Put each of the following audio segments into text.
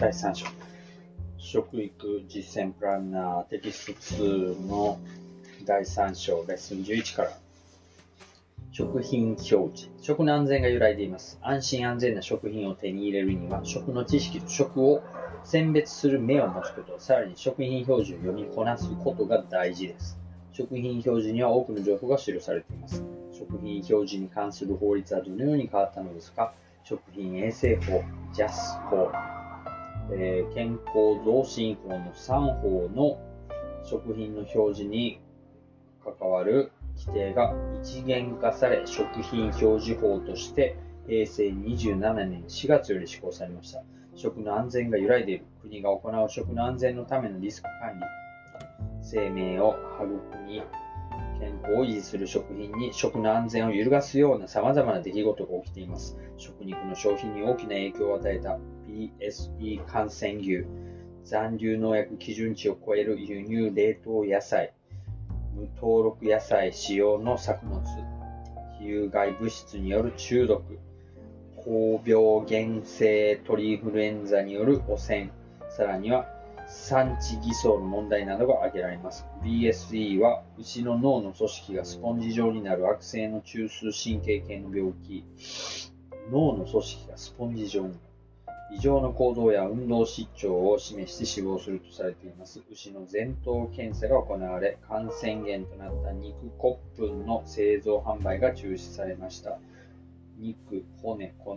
第3章、食育実践プランナーテキスト2の第3章、レッスン11から。食品表示。食の安全が揺らいでいます。安心安全な食品を手に入れるには、食の知識と食を選別する目を持つこと、さらに食品表示を読みこなすことが大事です。食品表示には多くの情報が記されています。食品表示に関する法律はどのように変わったのですか？食品衛生法、JAS 法、健康増進法の3法の食品の表示に関わる規定が一元化され、食品表示法として平成27年4月より施行されました。食の安全が揺らいでいる。国が行う食の安全のためのリスク管理、生命を育み、健康を維持する食品に食の安全を揺るがすような様々な出来事が起きています。食肉の消費に大きな影響を与えた BSE 感染牛、残留農薬基準値を超える輸入冷凍野菜、無登録野菜使用の作物、有害物質による中毒、高病原性鳥インフルエンザによる汚染、さらには産地偽装の問題などが挙げられます。BSE は牛の脳の組織がスポンジ状になる悪性の中枢神経系の病気。脳の組織がスポンジ状になる。異常の行動や運動失調を示して死亡するとされています。牛の前頭検査が行われ、感染源となった肉骨粉の製造販売が中止されました。肉、骨、粉。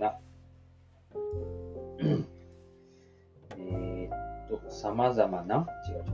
様々な、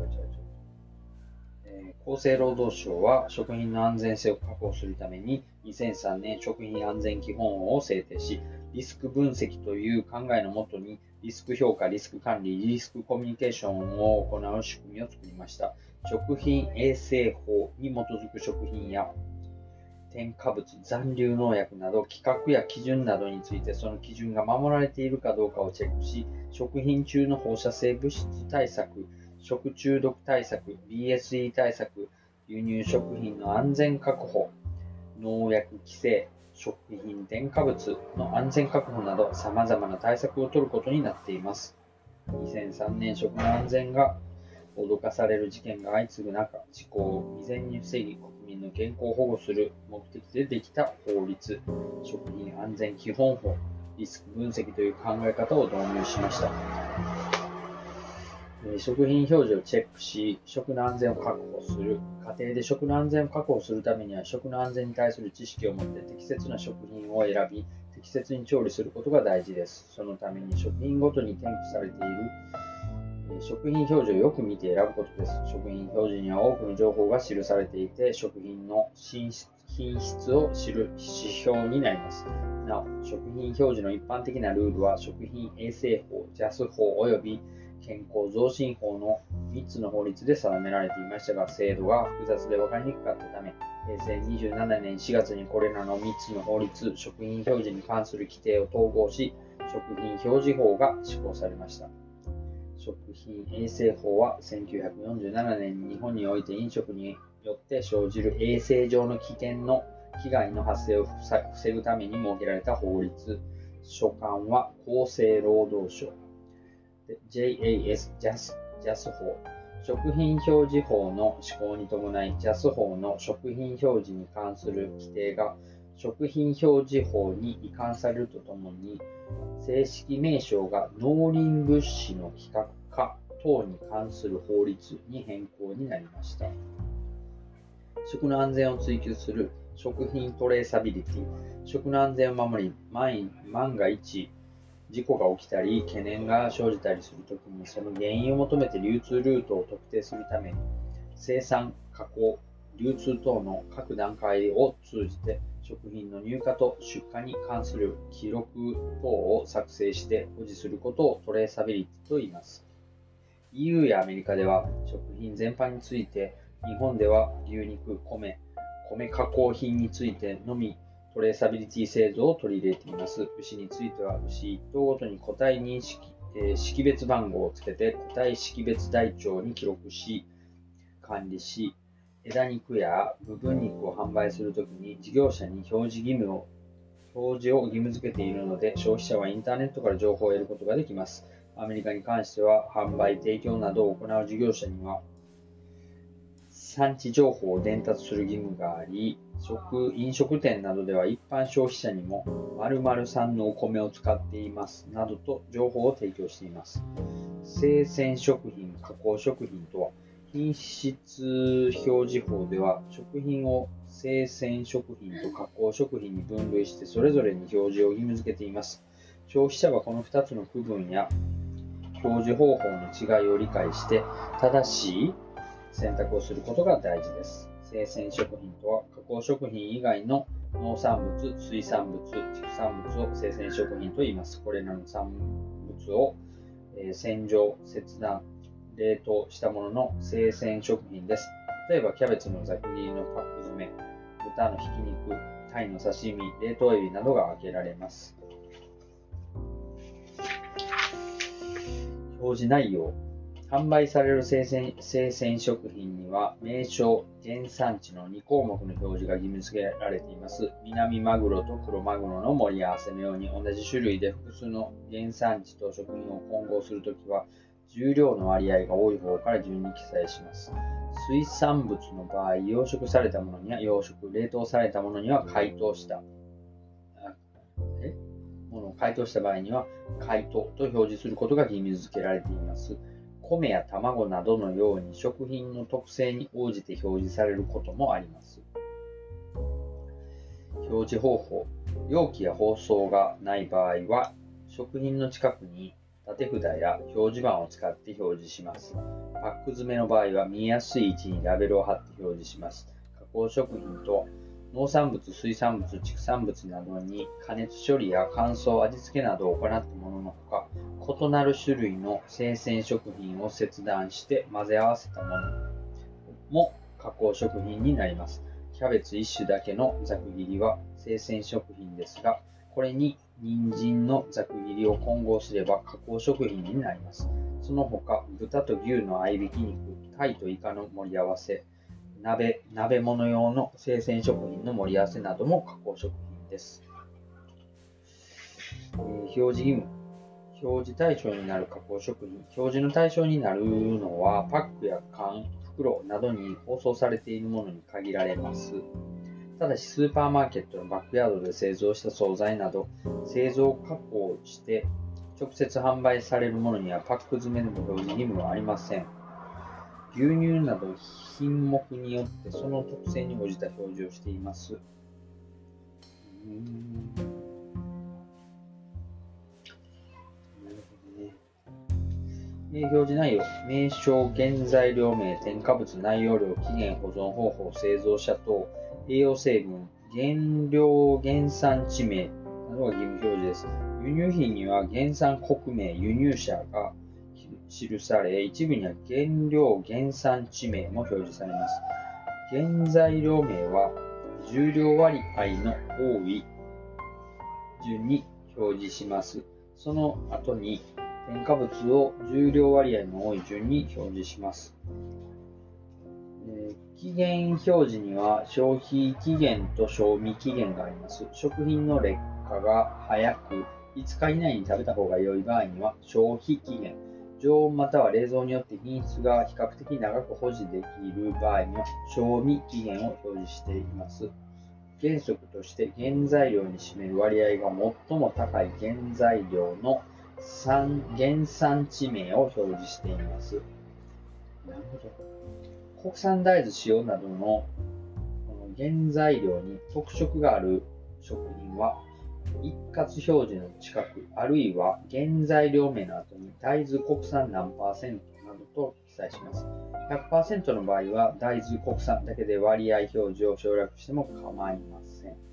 厚生労働省は食品の安全性を確保するために2003年食品安全基本法を制定し、リスク分析という考えのもとにリスク評価、リスク管理、リスクコミュニケーションを行う仕組みを作りました。食品衛生法に基づく食品や添加物、残留農薬など規格や基準などについてその基準が守られているかどうかをチェックし、食品中の放射性物質対策、食中毒対策、BSE 対策、輸入食品の安全確保、農薬規制、食品添加物の安全確保など様々な対策を取ることになっています。2003年、食の安全が脅かされる事件が相次ぐ中、事故を未然に防ぎ、国民の健康を保護する目的でできた法律、食品安全基本法、リスク分析という考え方を導入しました。食品表示をチェックし、食の安全を確保する。家庭で食の安全を確保するためには、食の安全に対する知識を持って適切な食品を選び、適切に調理することが大事です。そのために食品ごとに添付されている食品表示をよく見て選ぶことです。食品表示には多くの情報が記されていて、食品の品質を知る指標になります。なお、食品表示の一般的なルールは、食品衛生法、JAS 法及び健康増進法の3つの法律で定められていましたが、制度が複雑で分かりにくかったため、平成27年4月にこれらの3つの法律、食品表示に関する規定を統合し、食品表示法が施行されました。食品衛生法は1947年に日本において飲食によって生じる衛生上の危険の被害の発生を防ぐために設けられた法律。所管は厚生労働省。JAS 法。食品表示法の施行に伴い、JAS 法の食品表示に関する規定が食品表示法に移管されるとともに、正式名称が農林物資の規格化等に関する法律に変更になりました。食の安全を追求する食品トレーサビリティ。食の安全を守り、万が一事故が起きたり懸念が生じたりするときに、その原因を求めて流通ルートを特定するために、生産、加工、流通等の各段階を通じて食品の入荷と出荷に関する記録等を作成して保持することをトレーサビリティと言います。EU やアメリカでは食品全般について、日本では牛肉、米加工品についてのみトレーサビリティ制度を取り入れています。牛については牛1頭ごとに個体認識、識別番号をつけて個体識別台帳に記録し、管理し、枝肉や部分肉を販売するときに事業者に表示を義務付けているので、消費者はインターネットから情報を得ることができます。 アメリカに関しては、販売、提供などを行う事業者には、産地情報を伝達する義務があり、飲食店などでは一般消費者にも〇〇産のお米を使っていますなどと情報を提供しています。生鮮食品、加工食品とは、品質表示法では食品を生鮮食品と加工食品に分類してそれぞれに表示を義務付けています。消費者はこの2つの区分や表示方法の違いを理解して正しい選択をすることが大事です。生鮮食品とは加工食品以外の農産物、水産物、畜産物を生鮮食品と言います。これらの産物を洗浄、切断、冷凍したものの生鮮食品です。例えばキャベツのざく切りのパック詰め、豚のひき肉、鯛の刺身、冷凍エビなどが挙げられます。表示内容。販売される生鮮食品には名称、原産地の2項目の表示が義務付けられています。南マグロと黒マグロの盛り合わせのように同じ種類で複数の原産地と食品を混合するときは重量の割合が多い方から順に記載します。水産物の場合、養殖されたものには養殖、冷凍されたものには解凍した場合には解凍と表示することが義務付けられています。米や卵などのように食品の特性に応じて表示されることもあります。表示方法。容器や包装がない場合は、食品の近くに立て札や表示板を使って表示します。パック詰めの場合は見えやすい位置にラベルを貼って表示します。加工食品と農産物、水産物、畜産物などに加熱処理や乾燥、味付けなどを行ったもののほか、異なる種類の生鮮食品を切断して混ぜ合わせたものも加工食品になります。キャベツ1種だけのざく切りは生鮮食品ですが、これに人参のざく切りを混合すれば加工食品になります。その他、豚と牛の合いびき肉、鯛とイカの盛り合わせ、鍋物用の生鮮食品の盛り合わせなども加工食品です。表示義務。表示対象になる加工食品。表示の対象になるのは、パックや缶、袋などに包装されているものに限られます。ただし、スーパーマーケットのバックヤードで製造した惣菜など、製造加工して直接販売されるものにはパック詰めの表示義務はありません。牛乳など品目によってその特性に応じた表示をしています。表示内容。名称、原材料名、添加物、内容量、期限、保存方法、製造者等、栄養成分、原料、原産地名などが義務表示です。輸入品には原産国名、輸入者が記され、一部には原料、原産地名も表示されます。原材料名は重量割合の多い順に表示します。その後に添加物を重量割合の多い順に表示します。期限表示には消費期限と賞味期限があります。食品の劣化が早く5日以内に食べた方が良い場合には消費期限、常温または冷蔵によって品質が比較的長く保持できる場合には賞味期限を表示しています。原則として原材料に占める割合が最も高い原材料の原産地名を表示しています。なるほど。国産大豆使用などの原材料に特色がある食品は一括表示の近く、あるいは原材料名の後に大豆国産何%などと記載します。100% の場合は大豆国産だけで割合表示を省略しても構いません。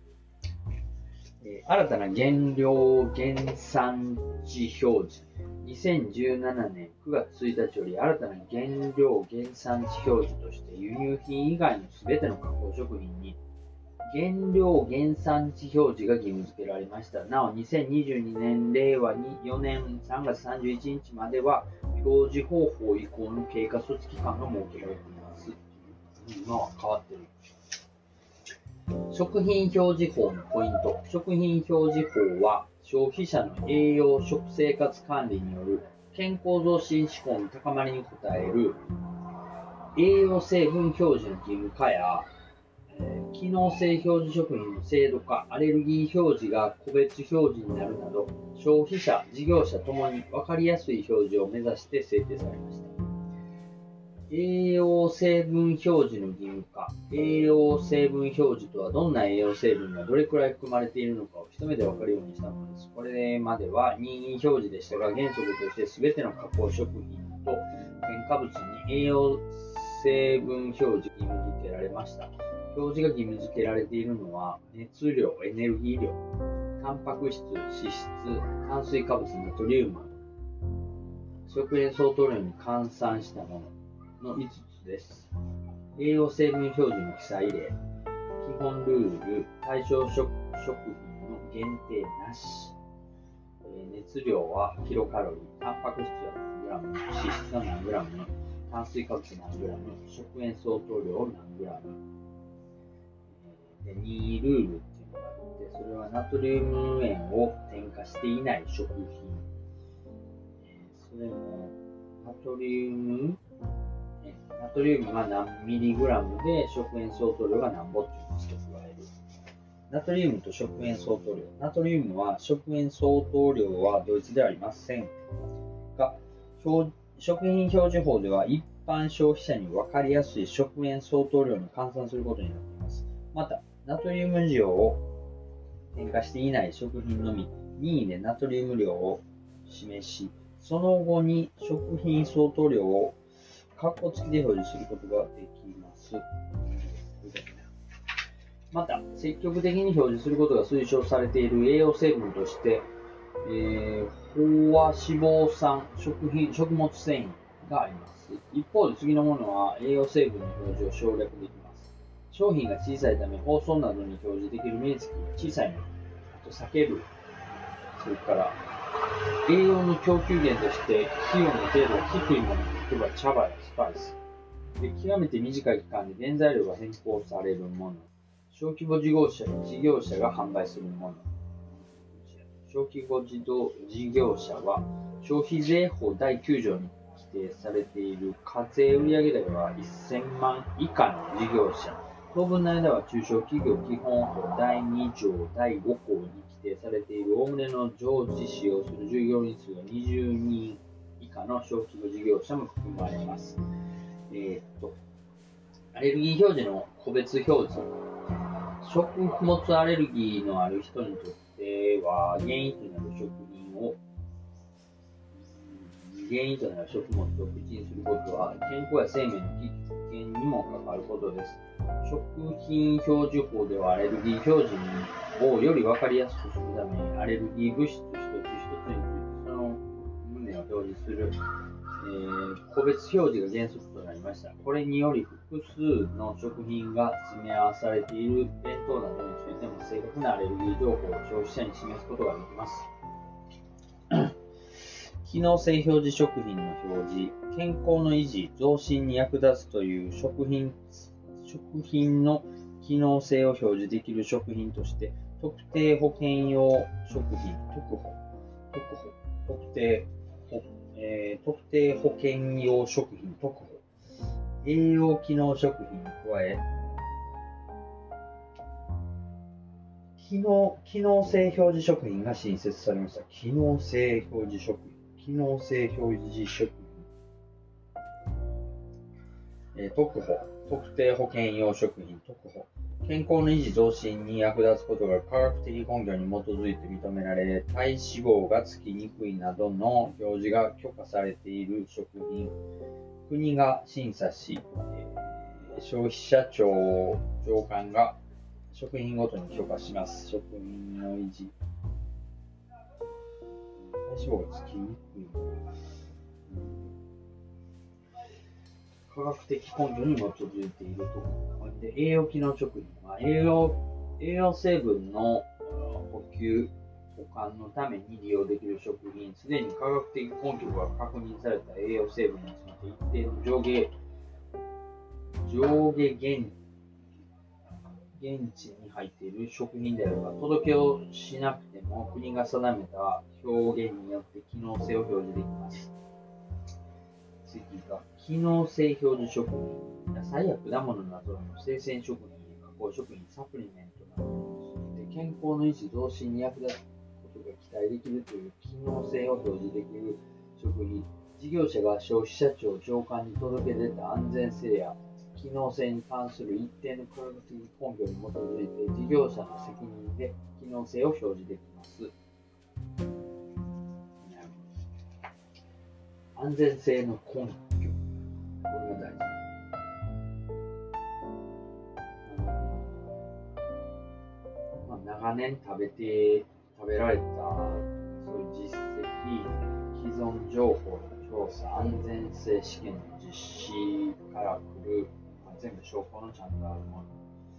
新たな原料原産地表示。2017年9月1日より新たな原料原産地表示として輸入品以外のすべての加工食品に原料原産地表示が義務付けられました。なお、2022年令和4年3月31日までは表示方法移行の経過措置期間が設けられています。今は変わっている。食品表示法のポイント。食品表示法は消費者の栄養食生活管理による健康増進志向の高まりに応える栄養成分表示の義務化や、機能性表示食品の制度化、アレルギー表示が個別表示になるなど、消費者、事業者ともに分かりやすい表示を目指して制定されました。栄養成分表示の義務化。栄養成分表示とはどんな栄養成分がどれくらい含まれているのかを一目で分かるようにしたものです。これまでは任意表示でしたが、原則として全ての加工食品と添加物に栄養成分表示が義務付けられました。表示が義務付けられているのは、熱量、エネルギー量、タンパク質、脂質、炭水化物、ナトリウム、食塩相当量に換算したものの5つです。栄養成分表示の記載例、基本ルール、対象食品の限定なし、熱量はキロカロリー、タンパク質は何グラム、脂質は何グラム、炭水化物何グラム、食塩相当量何グラム。で、任意ルールっていうのがあって、それはナトリウム塩を添加していない食品。それもナトリウムが何ミリグラムで食塩相当量が何ぼっていうのを付け加える。ナトリウムと食塩相当量。ナトリウムは食塩相当量は同一ではありませんが、食品表示法では一般消費者に分かりやすい食塩相当量に換算することになっています。また、ナトリウム量を添加していない食品のみ、任意でナトリウム量を示し、その後に食品相当量を括弧付きで表示することができます。また、積極的に表示することが推奨されている栄養成分として、飽和脂肪酸、食物繊維があります。一方で次のものは栄養成分の表示を省略できます。商品が小さいため、包装などに表示できる面積が小さいもの、あと避ける、それから栄養の供給源として費用の程度が低いもの、例えば茶葉やスパイス。で、極めて短い期間で原材料が変更されるもの、小規模事業者が販売するもの。小規模事業者は消費税法第9条に規定されている課税売上高が1000万以下の事業者、当分の間は中小企業基本法第2条第5項に規定されているおおむねの常時使用する従業員数が20人以下の小規模事業者も含まれます。アレルギー表示の個別表示。食物アレルギーのある人にとっては原因となる食物を口にすることは健康や生命の危険にも関わることです。食品表示法ではアレルギー表示をより分かりやすくするためにアレルギー物質一つ一つについてその旨を表示する、個別表示が原則となりました。これにより複数の食品が詰め合わされている弁当などについても正確なアレルギー情報を消費者に示すことができます。機能性表示食品の表示、健康の維持・増進に役立つという食品の機能性を表示できる食品として、特定保険用食品、特定保険用食品、栄養機能食品に加え、機能性表示食品が新設されました。機能性表示食品。特定保険用食品、健康の維持増進に役立つことが科学的根拠に基づいて認められ、体脂肪がつきにくいなどの表示が許可されている食品、国が審査し、消費者庁長官が食品ごとに許可します。食品の維持。体脂肪がつきにくい。科学的根拠に基づいていると。で、栄養機能食品は栄養成分の補給、保管のために利用できる食品、すでに科学的根拠が確認された栄養成分について一定の上下現地に入っている食品であれば、届けをしなくても国が定めた表現によって機能性を表示できます。次が、機能性表示食品。野菜や果物などの生鮮食品や加工食品、サプリメントなどについて健康の維持増進に役立つことが期待できるという機能性を表示できる食品。事業者が消費者庁長官に届け出た安全性や機能性に関する一定の科学的根拠に基づいて事業者の責任で機能性を表示できます。安全性の根拠、これが大事。長年食べられたそういう実績、既存情報の調査、安全性試験の実施から来る、全部証拠のちゃんとあるもの。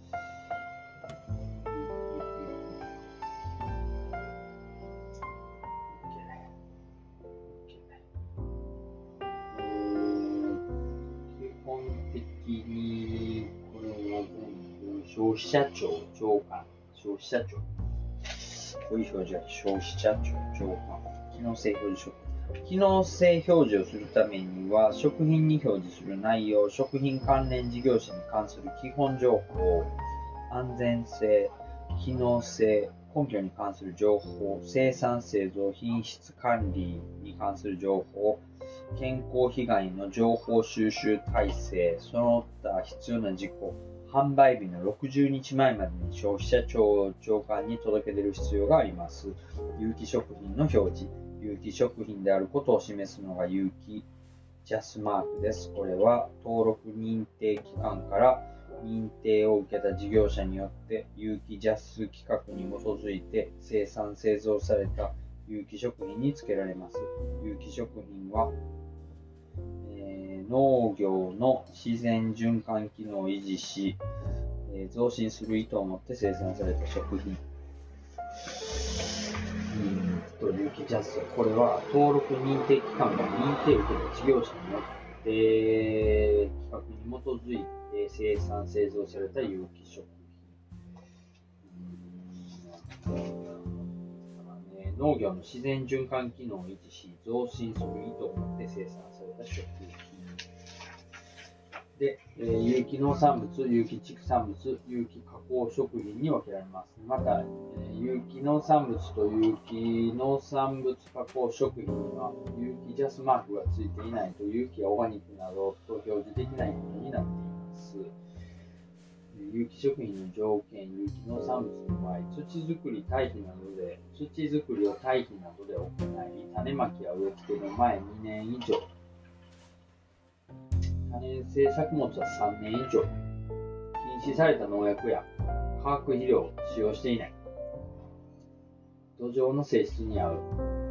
基本的にこれは全部消費者庁長官、消費者庁、こういう表示が消費者庁長官、機能性表示食品。機能性表示をするためには、食品に表示する内容、食品関連事業者に関する基本情報、安全性、機能性、根拠に関する情報、生産製造、品質管理に関する情報、健康被害の情報収集体制、その他必要な事項、販売日の60日前までに消費者庁長官に届け出る必要があります。有機食品の表示。有機食品であることを示すのが有機ジャスマークです。これは登録認定機関から認定を受けた事業者によって有機ジャス規格に基づいて生産製造された有機食品につけられます。有機食品は、農業の自然循環機能を維持し、増進する意図を持って生産された食品。有機ジャス、これは登録認定機関が認定を受けた事業者によって規格に基づいて生産製造された有機食品。農業の自然循環機能を維持し、増進する意図を持って生産された食品。で、有機農産物、有機畜産物、有機加工食品に分けられます。また、有機農産物と有機農産物加工食品には有機ジャスマークがついていないと有機やオーガニックなどと表示できないことになっています。有機食品の条件、有機農産物の場合、土作りを堆肥などで行い、種まきや植え付けの前2年以上、多年生作物は3年以上、禁止された農薬や化学肥料を使用していない、土壌の性質に合う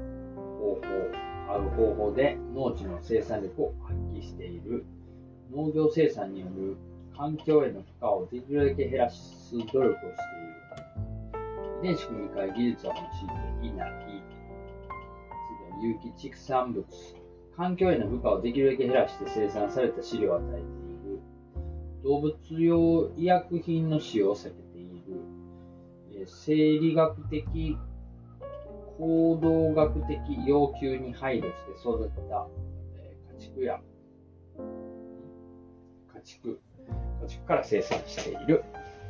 方法で農地の生産力を発揮している、農業生産による環境への負荷をできるだけ減らす努力をしている、遺伝子組み換え技術を用いていない、有機畜産物、環境への負荷をできるだけ減らして生産された飼料を与えている、動物用医薬品の使用を避けている、生理学的、行動学的要求に配慮して育てた家畜から生産している、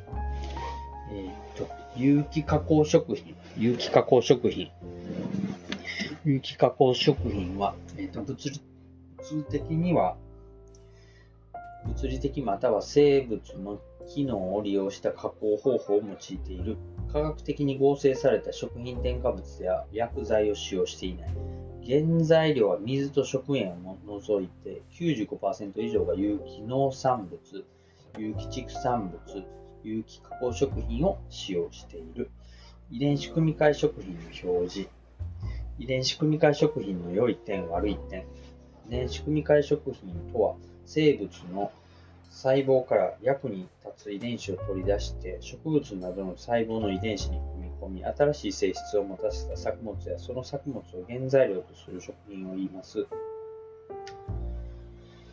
有機加工食品。有機加工食品は、物理的または生物の機能を利用した加工方法を用いている、科学的に合成された食品添加物や薬剤を使用していない、原材料は水と食塩を除いて 95% 以上が有機農産物、有機畜産物、有機加工食品を使用している。遺伝子組み換え食品の表示。遺伝子組み換え食品の良い点、悪い点。遺伝子組み換え食品とは、生物の細胞から役に立つ遺伝子を取り出して、植物などの細胞の遺伝子に組み込み、新しい性質を持たせた作物やその作物を原材料とする食品を言います。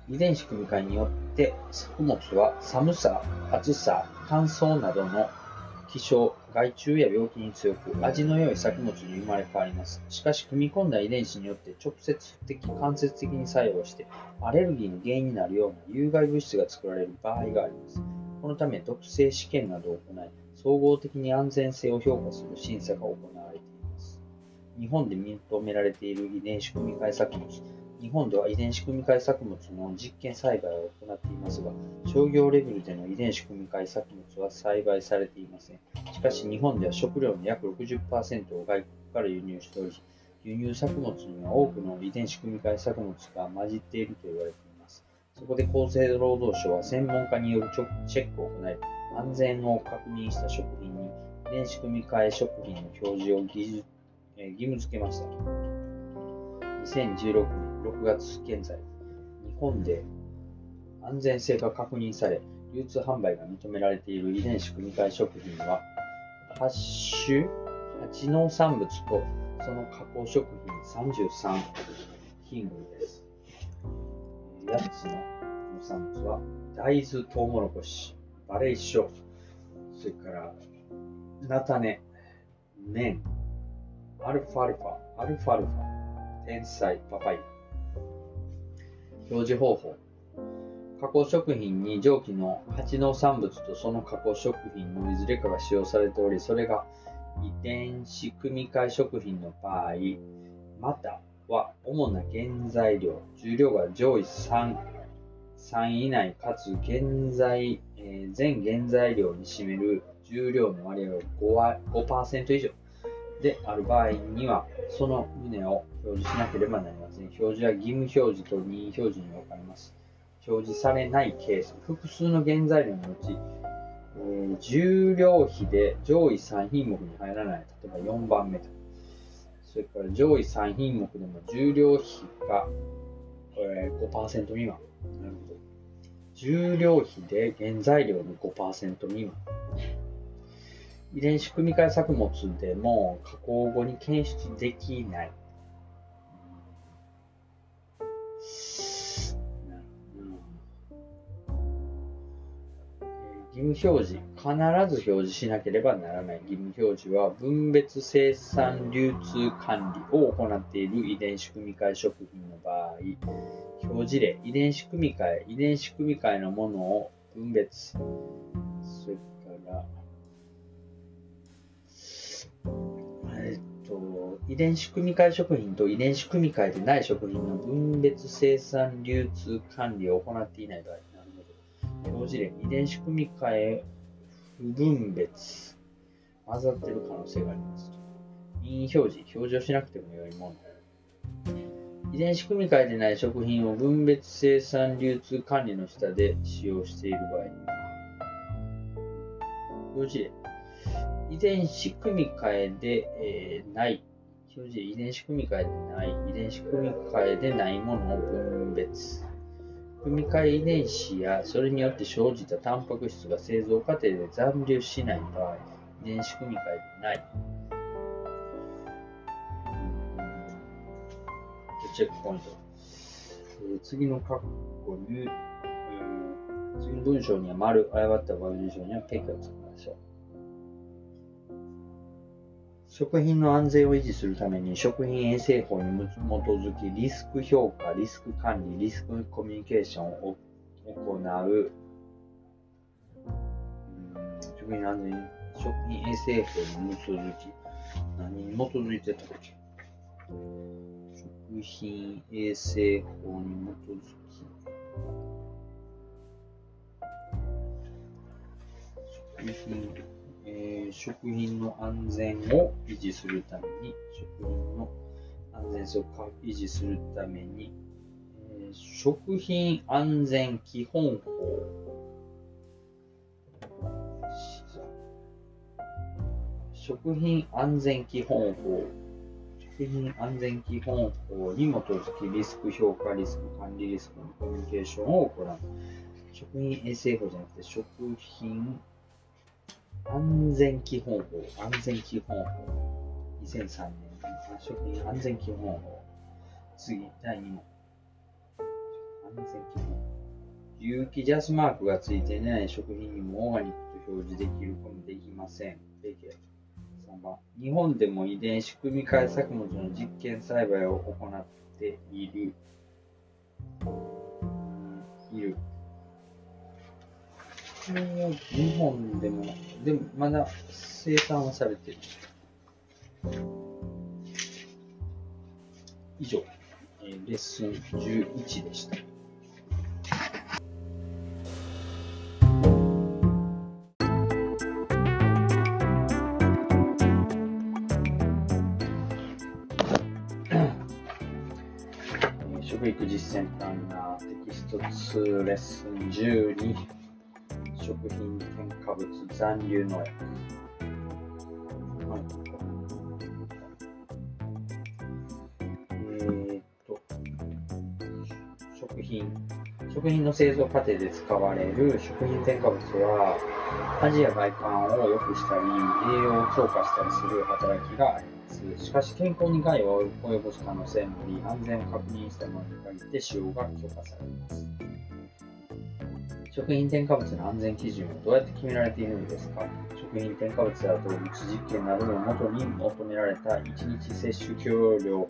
遺伝子組み換えによって作物は寒さ、暑さ、乾燥などの気象、害虫や病気に強く、味の良い作物に生まれ変わります。しかし、組み込んだ遺伝子によって直接的、間接的に作用して、アレルギーの原因になるような有害物質が作られる場合があります。このため、毒性試験などを行い、総合的に安全性を評価する審査が行われています。日本で認められている遺伝子組み換え作物。日本では遺伝子組み換え作物の実験栽培を行っていますが、商業レベルでの遺伝子組み換え作物は栽培されていません。しかし、日本では食料の約 60% を外国から輸入しており、輸入作物には多くの遺伝子組み換え作物が混じっていると言われています。そこで厚生労働省は専門家によるチェックを行い、安全を確認した食品に遺伝子組み換え食品の表示を義務付けました。2016年6月現在、日本で安全性が確認され、流通販売が認められている遺伝子組み換え食品は、8農産物とその加工食品33品類です。8つの農産物は、大豆、トウモロコシ、バレイショウ、それから菜種、綿、アルファルファ、天才、パパイヤ。表示方法。加工食品に上記の8農産物とその加工食品のいずれかが使用されており、それが遺伝子組み換え食品の場合、または主な原材料、重量が上位3位以内かつ全原材料に占める重量の割合が 5% 以上である場合には、その旨を表示しなければなりません。表示は義務表示と任意表示に分かれます。表示されないケース、複数の原材料のうち、重量比で上位3品目に入らない、例えば4番目と。それから上位3品目でも重量比が、5% 未満。なるほど。重量比で原材料の 5% 未満。遺伝子組み換え作物でも加工後に検出できない。義務表示。必ず表示しなければならない義務表示は、分別生産流通管理を行っている遺伝子組み換え食品の場合、表示例、遺伝子組み換えのものを分別。それから遺伝子組み換え食品と遺伝子組み換えでない食品の分別生産流通管理を行っていない場合。なるほど。表示例、遺伝子組み換え不分別。混ざっている可能性があります。任意表示をしなくても良いもの。遺伝子組み換えでない食品を分別生産流通管理の下で使用している場合。表示例、遺伝子組み換えで、ない。表示、遺伝子組み換えでない。遺伝子組み換えでないものを分別。組み換え遺伝子やそれによって生じたタンパク質が製造過程で残留しない場合、遺伝子組み換えでない。チェックポイント。次の括弧に、次の文章には丸、誤った文章にはペンを使いましょう。食品の安全を維持するために食品衛生法に基づきリスク評価、リスク管理、リスクコミュニケーションを行う食品衛生法に基づき、何に基づいてたっけ？食品衛生法に基づき食品の安全を維持するために、食品の安全性を維持するために、食品安全基本法、食品安全基本法に基づきリスク評価、リスク管理、リスクのコミュニケーションを行う。食品衛生法じゃなくて食品安全基本法、2003年、食品安全基本法。次、第2問。 全基準。有機ジャスマークがついていない食品にもオーガニックと表示できるかもできません。3番。日本でも遺伝子組み換え作物の実験栽培を行っている。日本でもまだ生産はされている。以上、レッスン11でした。食育実践プランナーテキスト2レッスン12食品添加物残留農薬。食品の製造過程で使われる食品添加物は味や外観を良くしたり栄養を強化したりする働きがあります。しかし健康に害を及ぼす可能性もあり、安全を確認したものに限って使用が許可されます。食品添加物の安全基準はどうやって決められているのですか？食品添加物や動物実験などのもとに求められた1日摂取許容量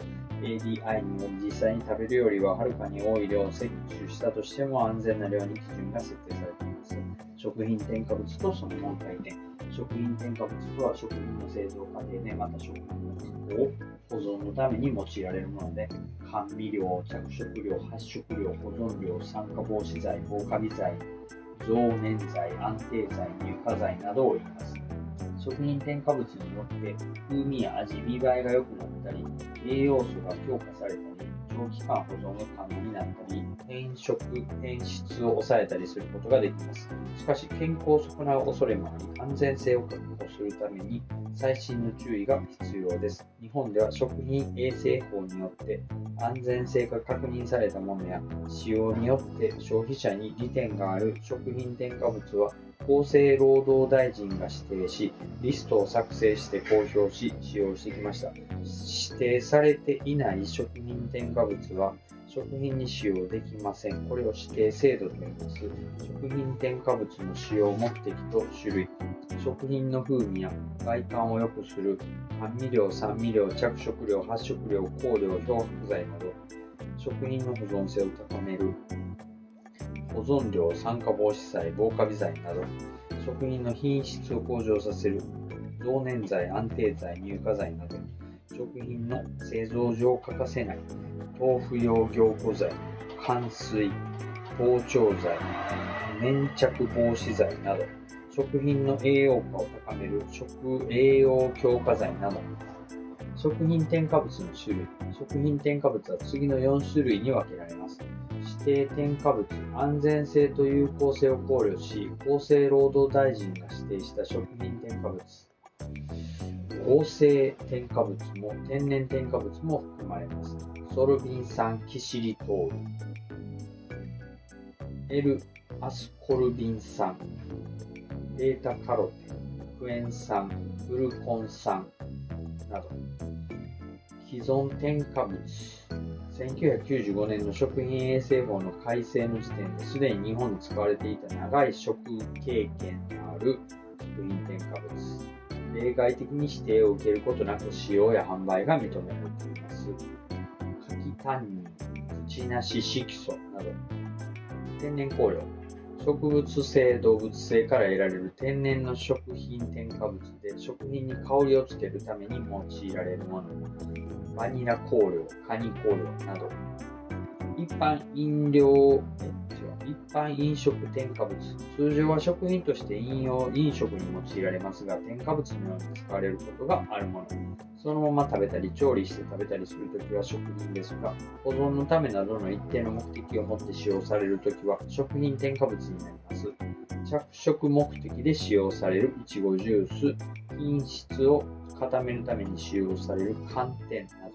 ADI により実際に食べるよりははるかに多い量を摂取したとしても安全な量に基準が設定されています。食品添加物とその問題点。食品添加物とは食品の製造過程でまた食品の加工、保存のために用いられるもので、甘味料、着色料、発色料、保存料、酸化防止剤、防カビ剤、増粘剤、安定剤、乳化剤などを言います。食品添加物によって風味や味、見栄えが良くなったり、栄養素が強化されたり、長期間保存が可能になったり、変色、変質を抑えたりすることができます。しかし、健康を損なう恐れもあり、安全性を確保するために細心の注意が必要です。日本では食品衛生法によって安全性が確認されたものや、使用によって消費者に利点がある食品添加物は厚生労働大臣が指定し、リストを作成して公表し、使用してきました。指定されていない食品添加物は食品に使用できません。これを指定制度と言います。食品添加物の使用目的と種類、食品の風味や外観を良くする甘味料、酸味料、着色料、発色料、香料、漂白剤など、食品の保存性を高める保存料、酸化防止剤、防カビ剤など、食品の品質を向上させる増粘剤、安定剤、乳化剤など、食品の製造上欠かせない豆腐用凝固剤、換水、膨張剤、粘着防止剤など、食品の栄養価を高める食栄養強化剤など、食品添加物の種類。食品添加物は次の4種類に分けられます。指定添加物、安全性と有効性を考慮し、厚生労働大臣が指定した食品添加物。合成添加物も天然添加物も含まれます。ソルビン酸キシリトール、L アスコルビン酸、ベータカロテン、クエン酸、グルコン酸など。既存添加物。1995年の食品衛生法の改正の時点ですでに日本で使われていた長い食経験のある食品添加物。例外的に指定を受けることなく使用や販売が認められています。柿タンニン、プチナシ色素など。天然香料。植物性、動物性から得られる天然の食品添加物で食品に香りをつけるために用いられるもの。バニラ香料、カニ香料など。一般飲食添加物。通常は食品として飲食に用いられますが、添加物のように使われることがあるもの。そのまま食べたり、調理して食べたりするときは食品ですが、保存のためなどの一定の目的を持って使用されるときは食品添加物になります。着色目的で使用されるいちごジュース、品質を固めるために使用される寒天など。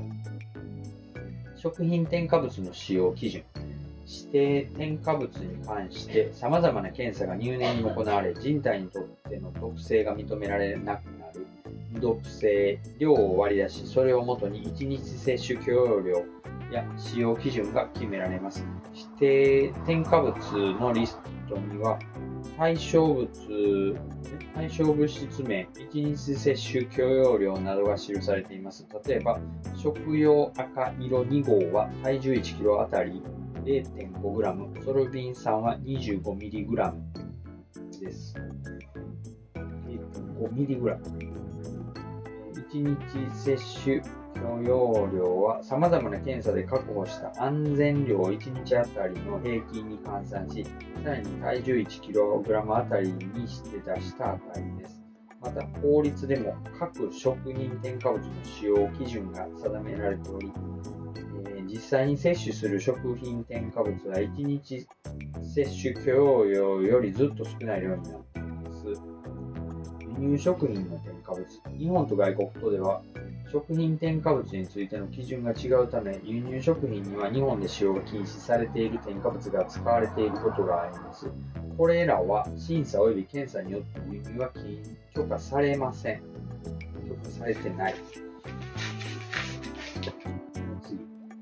食品添加物の使用基準。指定添加物に関して様々な検査が入念に行われ、人体にとっての毒性が認められなくなる無毒性、量を割り出し、それをもとに1日摂取許容量や使用基準が決められます。指定添加物のリストには、対象物質名、1日摂取許容量などが記されています。例えば、食用赤色2号は体重 1kg あたり 0.5g、ソルビン酸は 25mg です。0.5mg。1日摂取許容量は様々な検査で確保した安全量を1日あたりの平均に換算し、さらに体重 1kg あたりにして出した値です。また、法律でも各食品添加物の使用基準が定められており、実際に摂取する食品添加物は1日摂取許容量よりずっと少ない量になっています。輸入食品の添加物。日本と外国とでは食品添加物についての基準が違うため、輸入食品には日本で使用が禁止されている添加物が使われていることがあります。これらは審査及び検査によって輸入は許可されません。許可されてない。次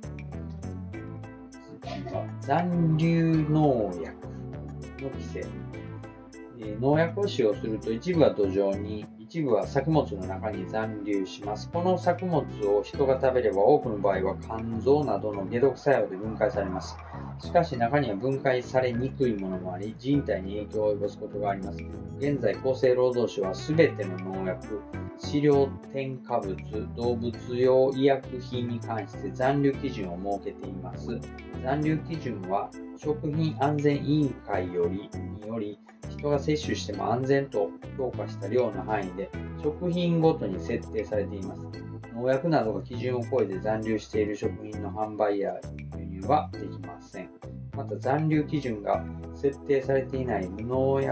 は残留農薬の規制。農薬を使用すると一部は土壌に、一部は作物の中に残留します。この作物を人が食べれば多くの場合は肝臓などの解毒作用で分解されます。しかし中には分解されにくいものもあり、人体に影響を及ぼすことがあります。現在、厚生労働省はすべての農薬、飼料添加物、動物用医薬品に関して残留基準を設けています。残留基準は食品安全委員会により人が摂取しても安全と評価した量の範囲で食品ごとに設定されています。農薬などが基準を超えて残留している食品の販売や輸入はできません。また残留基準が設定されていない無登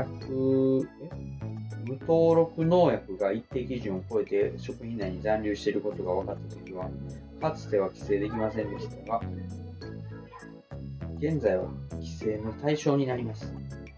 録農薬が一定基準を超えて食品内に残留していることが分かったときは、かつては規制できませんでしたが、現在は規制の対象になります。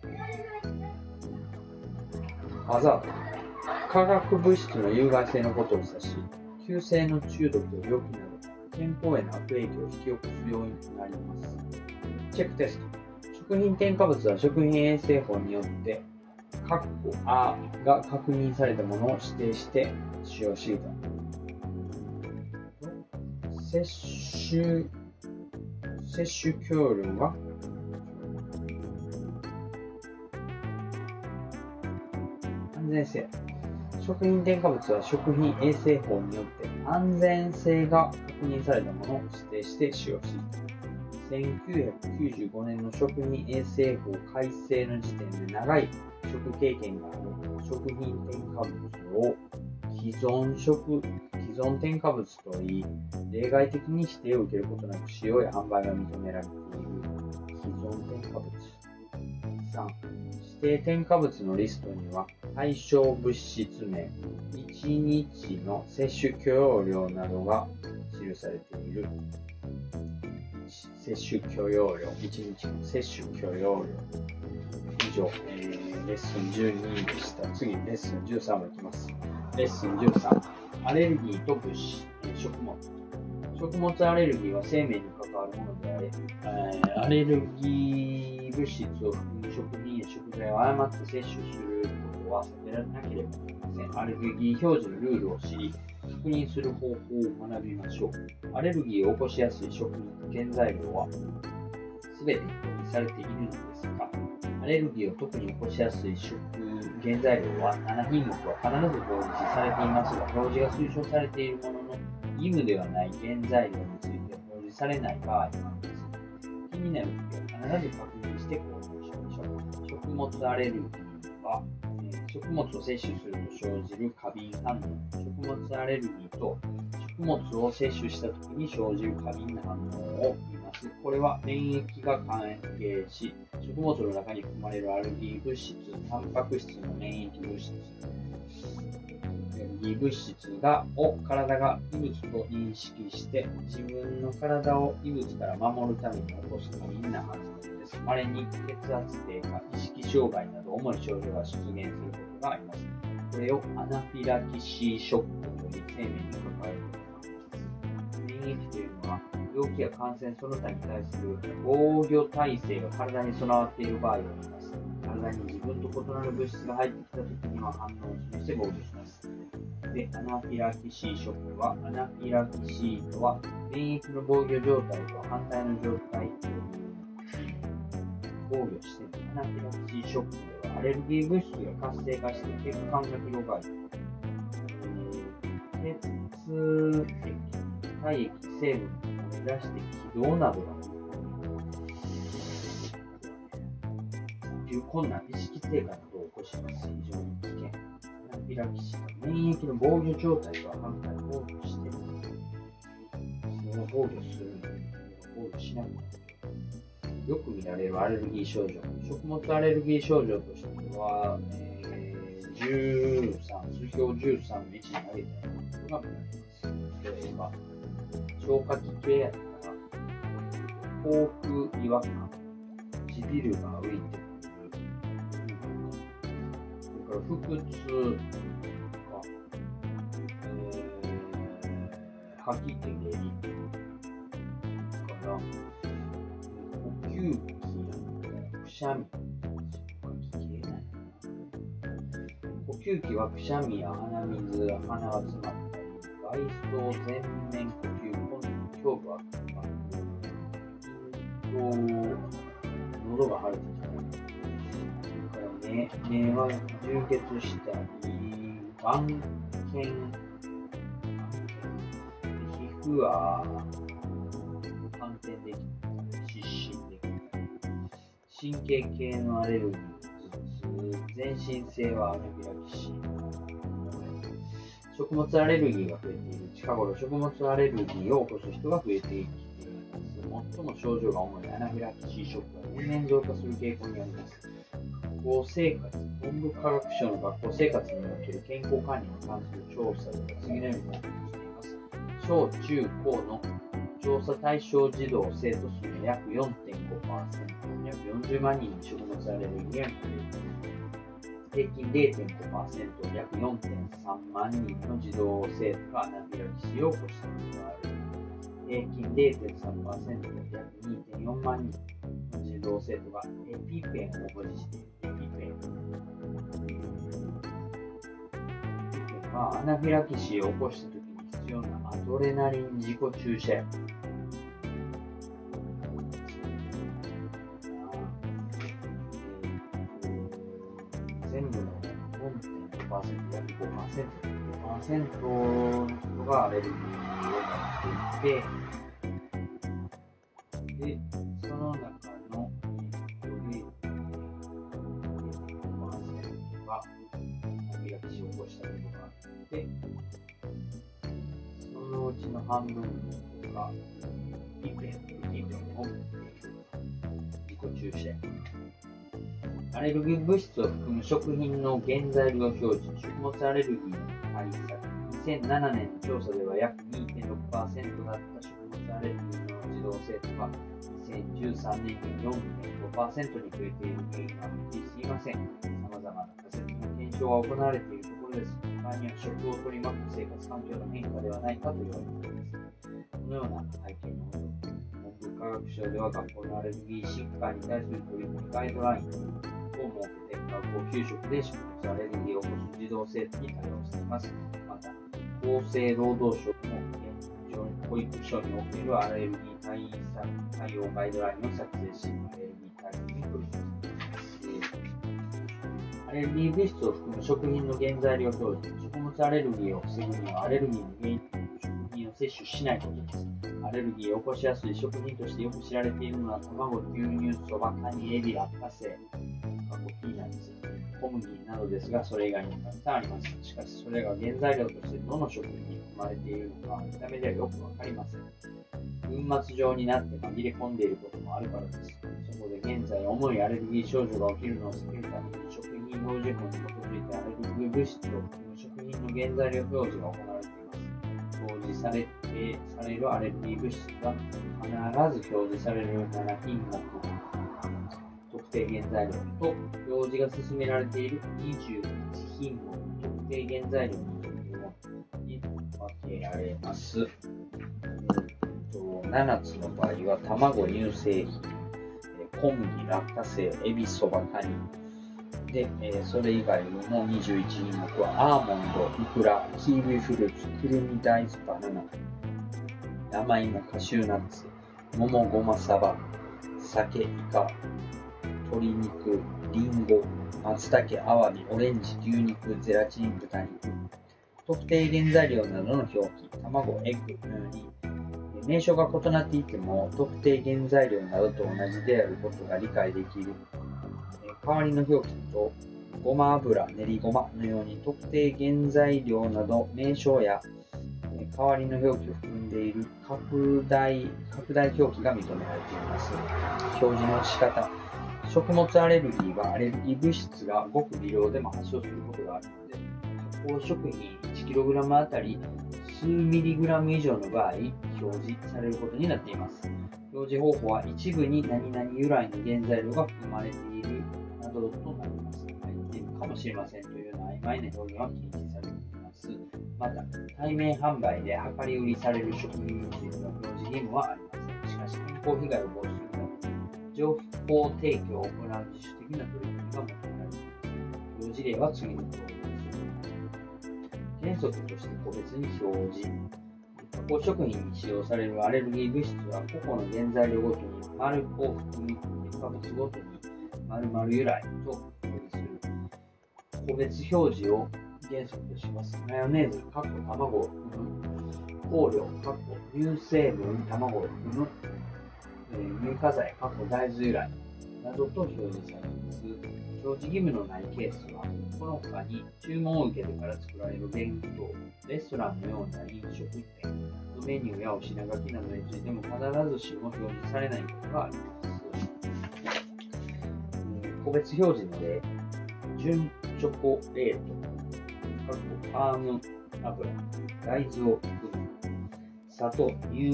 ハザード。化学物質の有害性のことを指し、急性の中毒や病気など健康への悪影響を引き起こす要因となります。チェックテスト。食品添加物は食品衛生法によってAが確認されたものを指定して使用していた。摂取許容量は安全性。食品添加物は食品衛生法によって安全性が確認されたものを指定して使用していた。1995年の食品衛生法改正の時点で長い食経験がある食品添加物を既存添加物といい、例外的に指定を受けることなく使用や販売が認められている既存添加物。3、指定添加物のリストには対象物質名、1日の摂取許容量などが記されている。摂取許容量、1日の摂取許容量。以上、レッスン12でした。次、レッスン13もいきます。レッスン13、アレルギーと物質、食物。食物アレルギーは生命に関わるものであり、アレルギー物質を含む食品や食材を誤って摂取することは避けられなければなりません。アレルギー表示のルールを知り、確認する方法を学びましょう。アレルギーを起こしやすい食品原材料はすべて表示されているのですが、アレルギーを特に起こしやすい食原材料は7品目は必ず表示されていますが、表示が推奨されているものの義務ではない原材料について表示されない場合があります。気になるときは必ず確認して購入しましょう。食物アレルギーは、食物を摂取すると生じる過敏反応。食物アレルギーと食物を摂取したときに生じる過敏な反応を言います。これは免疫が関係し、食物の中に含まれるアレルギー物質、タンパク質の免疫物質、アレルギー物質を体が異物と認識して、自分の体を異物から守るために起こす過敏な反応です。稀に血圧低下、意識障害など重い症状が出現することがあります。これをアナフィラキシーショックという生命に関わることがあります。免疫というのは病気や感染その他に対する防御体制が体に備わっている場合を言います。体に自分と異なる物質が入ってきたときには反応を示して防御します。で、アナフィラキシーショックは、アナフィラキシーとは、免疫の防御状態と反対の状態を防御している。アナフィラキシーショックでは、アレルギー物質が活性化して血管が広がり、血液、体液成分を目指して気道などが困難、意識低下などを起こします。非常に危険。アナフィラキシーは免疫の防御状態とは反対に防御している。それを防御するのに、防御しなくなる。よく見られるアレルギー症状。食物アレルギー症状としては、数表13の位置に挙げたようなことが見られます。例えば、消化器系やったら、口腔違和感、唇が浮いてくる。腹痛とか、吐き気、下痢から呼吸器やくしゃみ、呼吸器はくしゃみや鼻水、鼻が詰まったり、外装全面呼吸、胸部は喉が腫れてきたり、目は充血したり、眼瞼、皮膚は反転できたり、湿疹できたり、神経系のアレルギー、全身性はアナフィラキシー。食物アレルギーが増えている近頃、食物アレルギーを起こす人が増えてきています。最も症状が重いアナフィラキシーショックは年々増加する傾向にあります。学校生活、文部科学省の学校生活における健康管理に関する調査では次のように報告しています。小中高の調査対象児童生徒数の約 4.5%、約40万人に食物アレルギーが見られています。平均 0.5%、約 4.3 万人の児童生徒がアナフィラキシーを起こしたことがある。平均 0.3%、約 2.4 万人の児童生徒がエピペンを保持している。エピペンはアナフィラキシーを起こしたときに必要なアドレナリン自己注射薬。全部の 4.5%、約 5%、5% がアレルギーを持っていて、で、その中の 0.5% がアナフィラキシーを起こしたことがあって、そのうちの半分がエピペンを自己注射薬。アレルギー物質を含む食品の原材料表示、食物アレルギーの対策。2007年の調査では約 2.6% だった食物アレルギーの児童生徒が2013年に 4.5% に増えている原因がはっきりしていません。様々な仮説の検証が行われているところです。他には食を取り巻く生活環境の変化ではないかと言われています。このような背景のもと、文部科学省では学校のアレルギー疾患に対する取り組みガイドラインを設けて、学校給食で食物アレルギーを起こす児童生徒に対応しています。また、厚生労働省も保育所におけるアレルギー対応ガイドラインを作成し、アレルギー対策に取り組んでいます。アレルギー物質を含む食品の原材料表示、食物アレルギーを防ぐにはアレルギーの原因となる食品を摂取しないことです。アレルギーを起こしやすい食品としてよく知られているのは卵、牛乳、そば、カニ、エビ、落花生、ピーナッツ、小麦などですが、それ以外にもたくさんあります。しかし、それが原材料としてどの食品に含まれているのか、見た目ではよくわかりません。粉末状になって紛れ込んでいることもあるからです。そこで現在、重いアレルギー症状が起きるのを避けるために、食品表示法に基づいてアレルギー物質を含む食品の原材料表示が行われています。表示されるアレルギー物質は必ず表示される7品目、特定原材料と表示が進められている21品目、特定原材料に分けられます。 7つの場合は卵、乳製品、小麦、落花生、エビ、そば、カニ。で、それ以外の21品目はアーモンド、イクラ、キウイフルーツ、くるみ、大豆、バナナ、山芋、カシューナッツ、桃、ごま、サバ、酒、イカ、鶏肉、リンゴ、松茸、アワビ、オレンジ、牛肉、ゼラチン、豚肉。特定原材料などの表記、卵、エッグのように、名称が異なっていても、特定原材料などと同じであることが理解できる。代わりの表記と、ごま油、練りごまのように特定原材料など名称や代わりの表記を含んでいる拡大表記が認められています。表示の仕方。食物アレルギーはアレルギー物質がごく微量でも発症することがあるので、加工食品 1kg あたり数ミリグラム以上の場合、表示されることになっています。表示方法は一部に何々由来の原材料が含まれているなどとなります。入っているかもしれませんというような曖昧な表現は禁止されています。また、対面販売で量り売りされる食品については表示義務はありません。しかし、健康被害を防止するために、情報提供を行う自主的な取り組みが求められています。表示例は次の通りです。原則として個別に表示。加工食品に使用されるアレルギー物質は個々の原材料ごとに丸を含み、添加物ごとに〇〇由来と表示する個別表示を原則とします。マヨネーズ、卵を含む、香料、乳成分、卵を含む、乳化剤、大豆由来などと表示されます。表示義務のないケースは、この他に注文を受けてから作られる弁当、レストランのような飲食店のメニューやお品書きなどについても必ずしも表示されないことがあります。個別表示の例、純チョコレート、パーム油、大豆を含む、砂糖、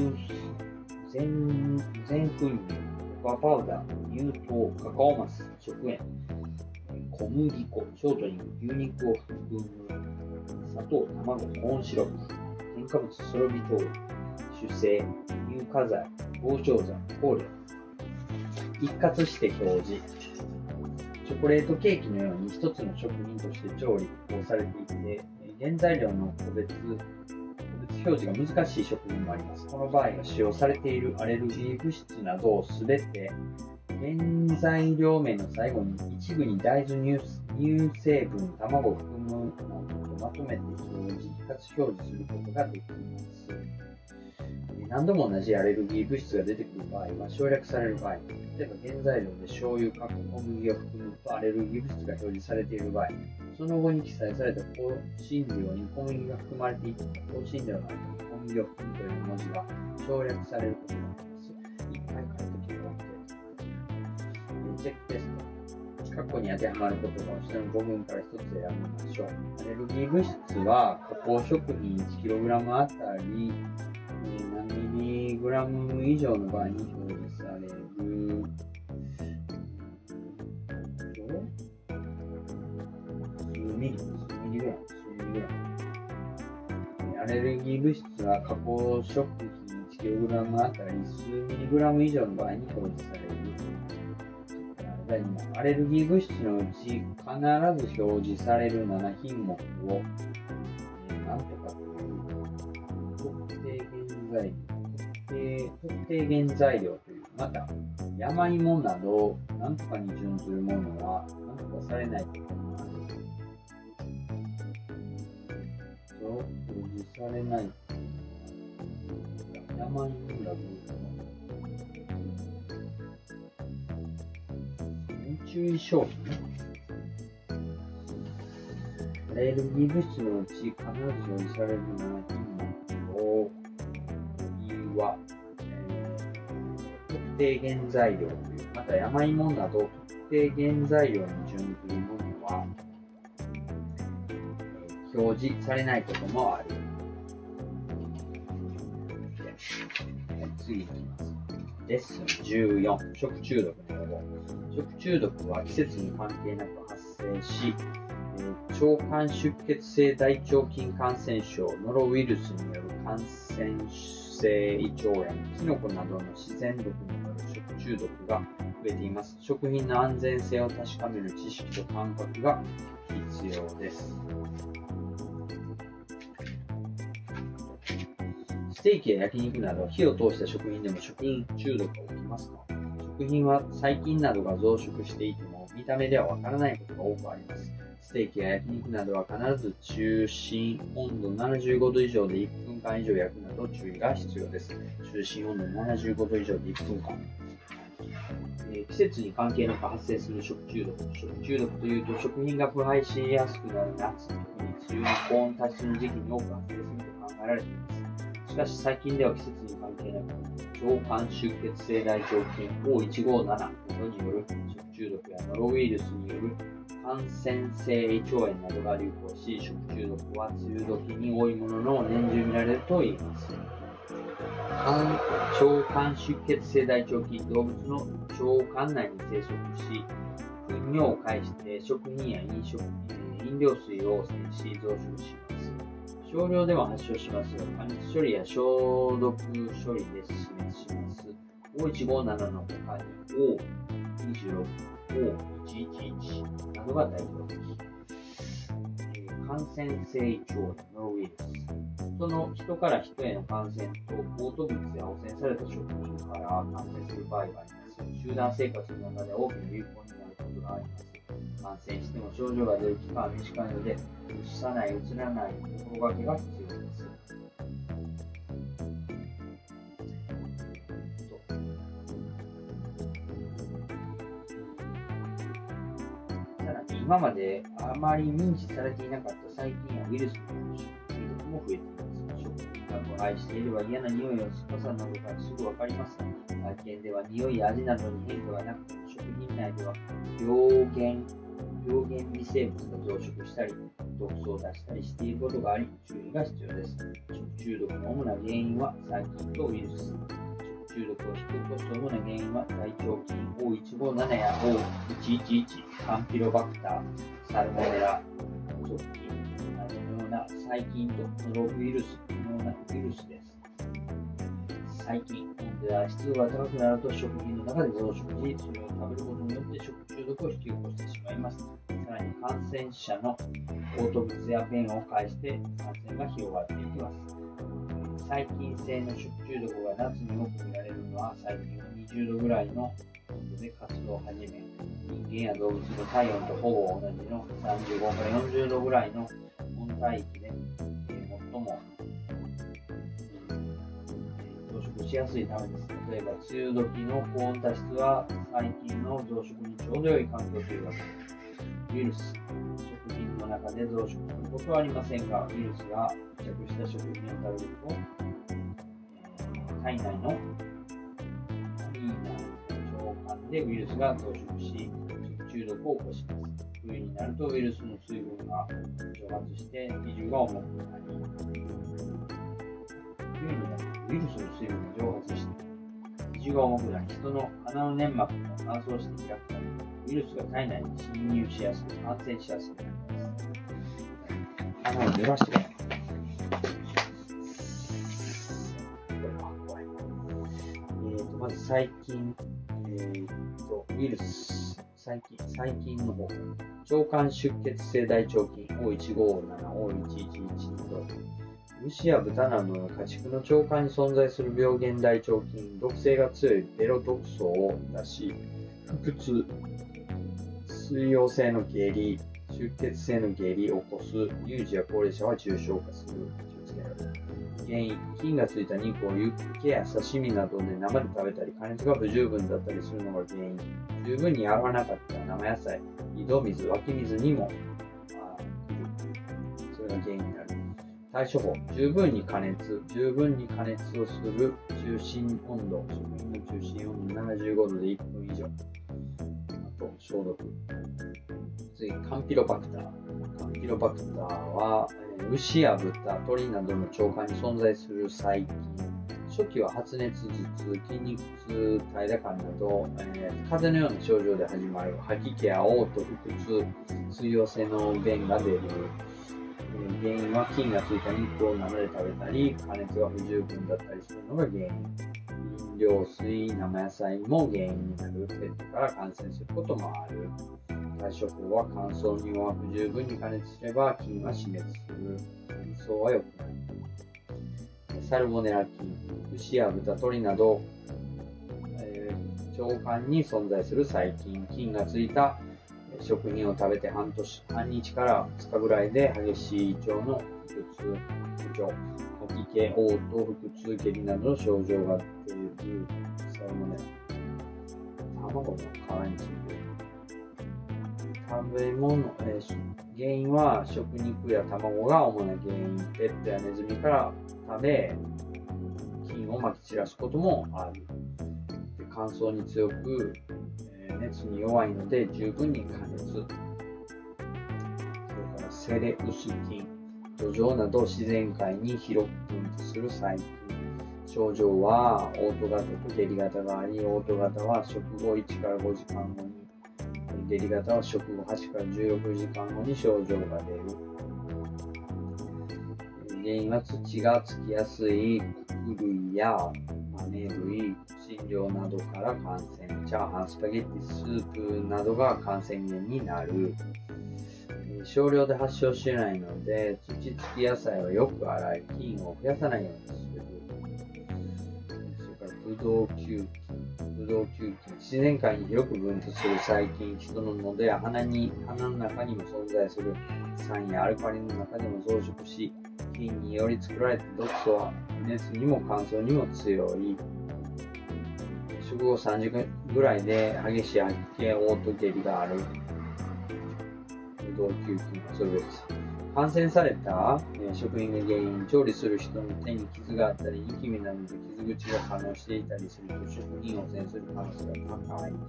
全粉乳、ココアパウダー、乳糖、カカオマス、食塩、小麦粉、ショートニング、牛肉を含む、砂糖、卵、コーンシロップ、添加物、ソロビトール、酒精、乳化剤、膨張剤、香料。一括して表示。チョコレートケーキのように一つの食品として調理をされていて、原材料の個別表示が難しい食品もあります。この場合は使用されているアレルギー物質などをすべて原材料名の最後に一部に大豆乳成分、卵を含むものとまとめて表示、一括表示することができます。何度も同じアレルギー物質が出てくる場合は省略される場合、例えば原材料で醤油、小麦を含むとアレルギー物質が表示されている場合、その後に記載された香辛料に小麦が含まれていて、香辛料の後に小麦を含むという文字が省略されることがあります。いっぱい書いておけば OK。チェックテスト。括弧に当てはまる言葉を下の5分から1つ選びましょう。アレルギー物質は加工食品 1kg あたり何ミリグラム以上の場合に表示される数ミリグラム。アレルギー物質は加工食品 1kg あたり数ミリグラム以上の場合に表示される。第2問、アレルギー物質のうち必ず表示される7品目を何とかという特定原材料という、また山芋など何とかに準ずるものは何とかされないこともある。表示されない山芋だと注意商品。アレルギー物質のうち必ず表示される7品目を理由は、特定原材料という、また山芋など特定原材料に準ずるものは、表示されないこともある。次いきます。レッスン14、食中毒の予防。食中毒は季節に関係なく発生し、腸管出血性大腸菌感染症、ノロウイルスによる感染性胃腸炎、キノコなどの自然毒による食中毒が増えています。食品の安全性を確かめる知識と感覚が必要です。ステーキや焼肉など火を通した食品でも食品中毒が起きますか？食品は細菌などが増殖していても見た目ではわからないことが多くあります。ステーキや焼肉などは必ず中心温度75度以上で1分間以上焼くなど注意が必要です。中心温度75度以上で1分間。季節に関係なく発生する食中毒。食中毒というと食品が腐敗しやすくなる夏、特に梅雨の高温多湿の時期に多く発生すると考えられています。しかし最近では季節に関係なく腸管出血性大腸菌 O157 などによる食中毒やノロウイルスによる感染性胃腸炎などが流行し、食中毒は梅雨時に多いものの年中見られるといいます。腸管出血性大腸菌、動物の腸管内に生息し、糞尿を介して食品や飲料水を汚染し増殖します。少量では発症しますが、加熱処理や消毒処理で死滅します。O157 の他に O26、O111 などが代表的。感染性胃腸炎、ノロウイルス。人から人への感染と、嘔吐物や汚染された食品から感染する場合があります。集団生活の中で大きな流行になることがあります。感染しても症状が出る期間は短いので、うつらない心がけが必要です。さらに今まであまり認知されていなかった細菌やウイルスの食中毒も増えています。食品が腐敗していれば嫌な匂いや酸っぱさなどがすぐわかりますが、体験では匂いや味などに変化がなくても食品内では病原微生物が増殖したり、毒素を出したりしていることがあり、注意が必要です。食中毒の主な原因は細菌とウイルス。食中毒を引き起こす主な原因は大腸菌 O157 や O111、カンピロバクター、サルモネラ属菌などのような細菌とノロウイルスのようなウイルスです。細菌、温度や湿度が高くなると食品の中で増殖し、それを食べることによって食中毒を引き起こしてしまいます。さらに感染者の嘔吐物や便を介して感染が広がっていきます。細菌性の食中毒が夏に多く見られるのは、細菌が20度ぐらいの温度で活動を始め、人間や動物の体温とほぼ同じの35から40度ぐらいの温帯域で最も増殖しやすいためです。例えば、梅雨時の高温多湿は細菌の増殖にちょうど良い環境というわけです。ウイルス、食品の中で増殖することはありませんが、ウイルスが付着した食品を食べると、体内の腸管でウイルスが増殖し、食中毒を起こします。冬になるとウイルスの水分が蒸発して比重が重くなり、冬になるとウイルスの水分が蒸発して比重が重くなり、人の鼻の粘膜も乾燥して開くため、ウイルスが体内に侵入しやすく、感染しやすくなります。鼻を濡らしてください。まず細菌、ウイルス、細菌の方、腸管出血性大腸菌 O157、O111 など、牛や豚などの家畜の腸管に存在する病原大腸菌、毒性が強いベロ毒素を出し、腹痛、水溶性の下痢、出血性の下痢を起こす乳児や高齢者は重症化する。気をつけられる。原因、菌がついた肉をユッケや刺身などで生で食べたり、加熱が不十分だったりするのが原因。十分に洗わなかった生野菜、井戸水、湧き水にもそれが原因になる。対処法、十分に加熱をする中心温度、食品の中心温度75度で1分以上。あと、消毒。次、カンピロバクター。カンピロバクターは、牛や豚、鳥などの腸管に存在する細菌。初期は発熱、頭痛、筋肉痛、怠惰感など、風邪のような症状で始まる。吐き気や嘔吐、腹痛、水溶性の便が出る。 原因は菌がついた肉を生で食べたり、加熱が不十分だったりするのが原因。飲料水、生野菜も原因になる。ペットから感染することもある。対処法は乾燥には不十分に加熱すれば菌は死滅する。乾燥は良くない。サルモネラ菌、牛や豚、鳥など、腸管に存在する細菌、菌がついた食品を食べて半日から2日ぐらいで激しい胃腸の腹痛、不調、吐き気、嘔吐、腹痛、下痢などの症状が出るサルモネラ。卵の殻について食べ物、原因は食肉や卵が主な原因。ペットやネズミから食べ、菌をまき散らすこともある。乾燥に強く、熱に弱いので十分に加熱。それからセレウス菌、土壌など自然界に広く分布する細菌。症状は嘔吐型と下痢型があり、嘔吐型は食後1から5時間後に、下痢型は食後8から16時間後に症状が出る。原因は土がつきやすい穀類や豆類、飼料などから感染。チャーハン、スパゲッティ、スープなどが感染源になる。少量で発症しないので、土付き野菜はよく洗い、菌を増やさないようにする。それからブドウ球菌。自然界に広く分布する細菌、人の喉や鼻の中にも存在する酸やアルカリの中でも増殖し、菌により作られた毒素は熱にも乾燥にも強い。食後3時間ぐらいで激しい吐き気、嘔吐、下痢がある。ブドウ球菌、それです。感染された食品が原因、調理する人の手に傷があったり、ニキビなどで傷口が可能していたりすると食品を汚染する可能性が高い。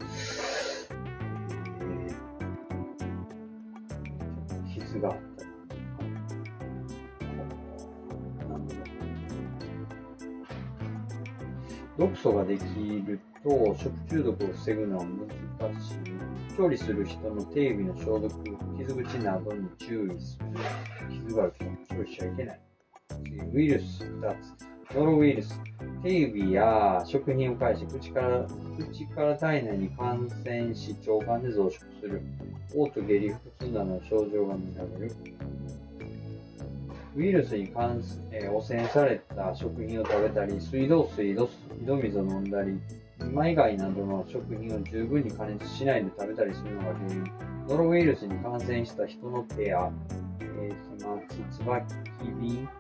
傷があったり。毒素ができると食中毒を防ぐのは難しい。調理する人の手指の消毒、傷口などに注意する。傷がある人も調理しちゃいけない。ウイルス2つ。ノロウイルス。手指や食品を介して口から体内に感染し、腸管で増殖する。嘔吐、下痢、腹痛などの症状が見られる。ウイルスに汚染された食品を食べたり、水道水、井戸水を飲んだり、二枚貝などの食品を十分に加熱しないで食べたりするのが原因。ノロウイルスに感染した人の手や、飛沫、椿瓶、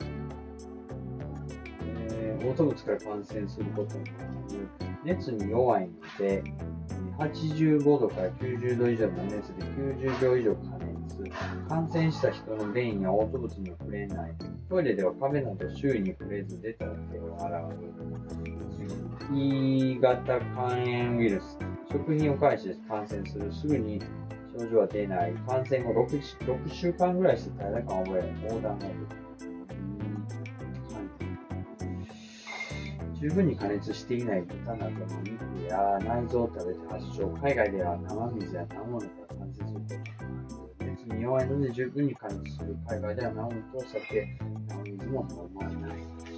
嘔吐物から感染することもある。熱に弱いので、85度から90度以上の熱で90秒以上加熱。感染した人の便や嘔吐物には触れない。トイレでは壁など周囲に触れず出たら手を洗う。E 型肝炎ウイルス。食品を介して感染する。すぐに症状は出ない。感染後 6週間ぐらいして体感を覚え、横断が出る。十分に加熱していない豚などの肉や内臓を食べて発症。海外では生水や生物から感染することがある。熱に弱いので十分に加熱する。海外では生物と酒、生水も飲まない。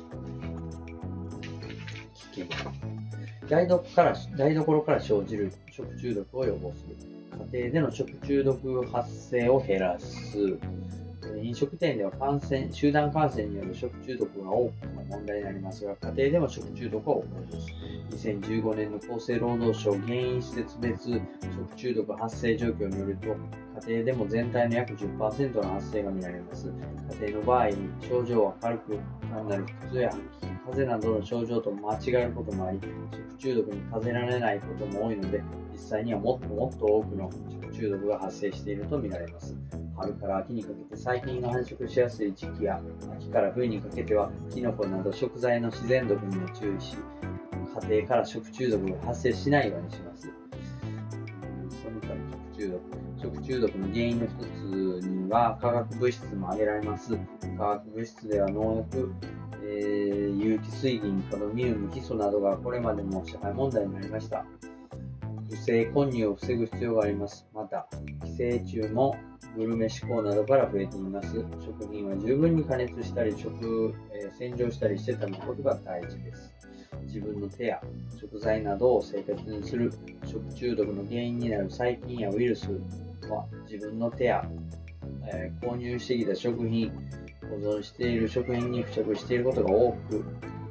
危険。台所から生じる食中毒を予防する。家庭での食中毒発生を減らす。飲食店では集団感染による食中毒が多く問題になりますが、家庭でも食中毒は起こります。2015年の厚生労働省原因施設別食中毒発生状況によると、家庭でも全体の約 10% の発生が見られます。家庭の場合、症状は軽く単なる腹痛や吐き気、風邪などの症状と間違えることもあり、食中毒に数えられないことも多いので、実際にはもっと多くの食中毒が発生していると見られます。春から秋にかけて細菌が繁殖しやすい時期や、秋から冬にかけてはキノコなど食材の自然毒にも注意し、家庭から食中毒が発生しないようにします。その他の食中毒の原因の一つには化学物質も挙げられます。化学物質では農薬、有機水銀、カドミウム、ヒ素などがこれまでも社会問題になりました。不正混入を防ぐ必要があります。また、寄生虫もグルメ志向などから増えています。食品は十分に加熱したり洗浄したりして食べることが大事です。自分の手や食材などを生活にする食中毒の原因になる細菌やウイルスは自分の手や、購入してきた食品、保存している食品に付着していることが多く、